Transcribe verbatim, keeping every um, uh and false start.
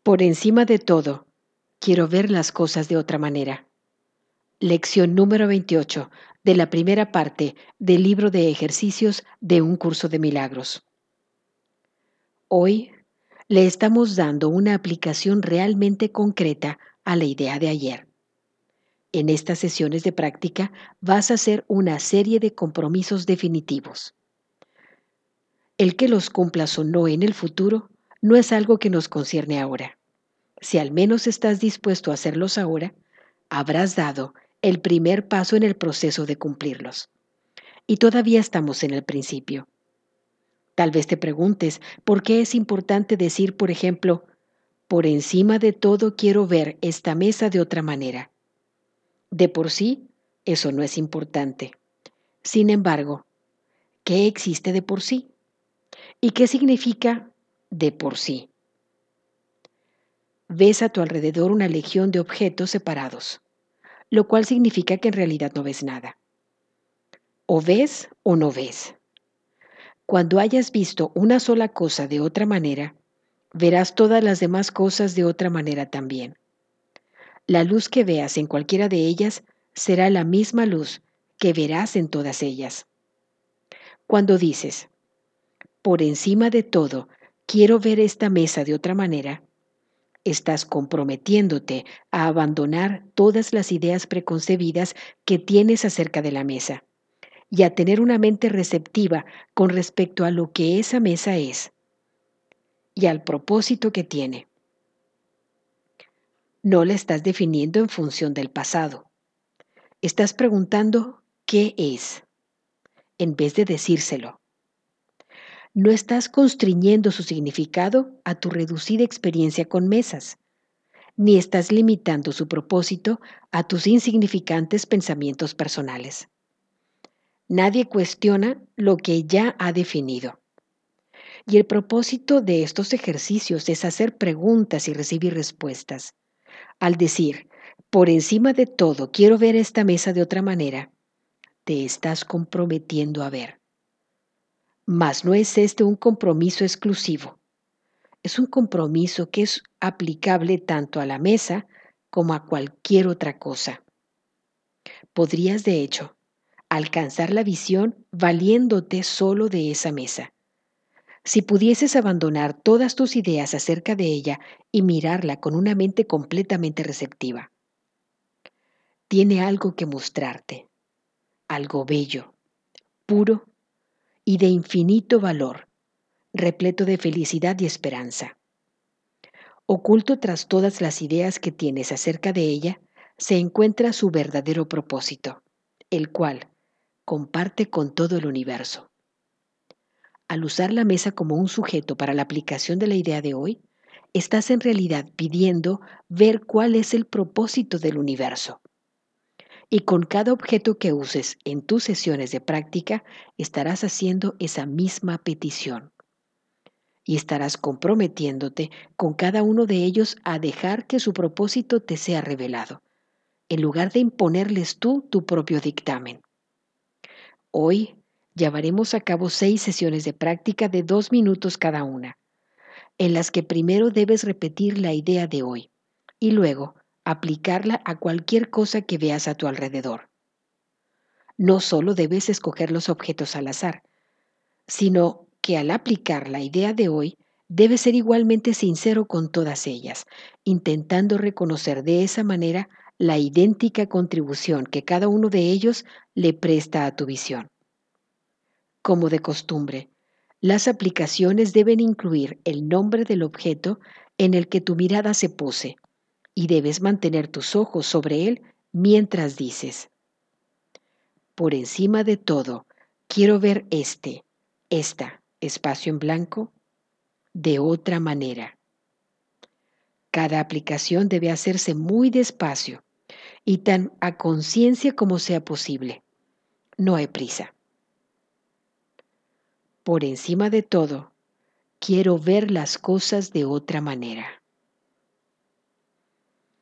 Por encima de todo, quiero ver las cosas de otra manera. Lección número veintiocho de la primera parte del libro de ejercicios de Un Curso de Milagros. Hoy le estamos dando una aplicación realmente concreta a la idea de ayer. En estas sesiones de práctica vas a hacer una serie de compromisos definitivos. El que los cumplas o no en el futuro no es algo que nos concierne ahora. Si al menos estás dispuesto a hacerlos ahora, habrás dado el primer paso en el proceso de cumplirlos. Y todavía estamos en el principio. Tal vez te preguntes por qué es importante decir, por ejemplo, por encima de todo quiero ver esta mesa de otra manera. De por sí, eso no es importante. Sin embargo, ¿qué existe de por sí? ¿Y qué significa de por sí? Ves a tu alrededor una legión de objetos separados, lo cual significa que en realidad no ves nada. O ves o no ves. Cuando hayas visto una sola cosa de otra manera, verás todas las demás cosas de otra manera también. La luz que veas en cualquiera de ellas será la misma luz que verás en todas ellas. Cuando dices, por encima de todo, quiero ver esta mesa de otra manera, estás comprometiéndote a abandonar todas las ideas preconcebidas que tienes acerca de la mesa y a tener una mente receptiva con respecto a lo que esa mesa es y al propósito que tiene. No la estás definiendo en función del pasado. Estás preguntando qué es, en vez de decírselo. No estás constriñendo su significado a tu reducida experiencia con mesas, ni estás limitando su propósito a tus insignificantes pensamientos personales. Nadie cuestiona lo que ya ha definido. Y el propósito de estos ejercicios es hacer preguntas y recibir respuestas. Al decir, por encima de todo, quiero ver esta mesa de otra manera, te estás comprometiendo a ver. Mas no es este un compromiso exclusivo. Es un compromiso que es aplicable tanto a la mesa como a cualquier otra cosa. Podrías, de hecho, alcanzar la visión valiéndote solo de esa mesa. Si pudieses abandonar todas tus ideas acerca de ella y mirarla con una mente completamente receptiva. Tiene algo que mostrarte, algo bello, puro y de infinito valor, repleto de felicidad y esperanza. Oculto tras todas las ideas que tienes acerca de ella, se encuentra su verdadero propósito, el cual comparte con todo el universo. Al usar la mesa como un sujeto para la aplicación de la idea de hoy, estás en realidad pidiendo ver cuál es el propósito del universo. Y con cada objeto que uses en tus sesiones de práctica, estarás haciendo esa misma petición. Y estarás comprometiéndote con cada uno de ellos a dejar que su propósito te sea revelado, en lugar de imponerles tú tu propio dictamen. Hoy llevaremos a cabo seis sesiones de práctica de dos minutos cada una, en las que primero debes repetir la idea de hoy y luego aplicarla a cualquier cosa que veas a tu alrededor. No solo debes escoger los objetos al azar, sino que al aplicar la idea de hoy, debes ser igualmente sincero con todas ellas, intentando reconocer de esa manera la idéntica contribución que cada uno de ellos le presta a tu visión. Como de costumbre, las aplicaciones deben incluir el nombre del objeto en el que tu mirada se pose y debes mantener tus ojos sobre él mientras dices, por encima de todo, quiero ver este, esta, espacio en blanco, de otra manera. Cada aplicación debe hacerse muy despacio y tan a conciencia como sea posible. No hay prisa. Por encima de todo, quiero ver las cosas de otra manera.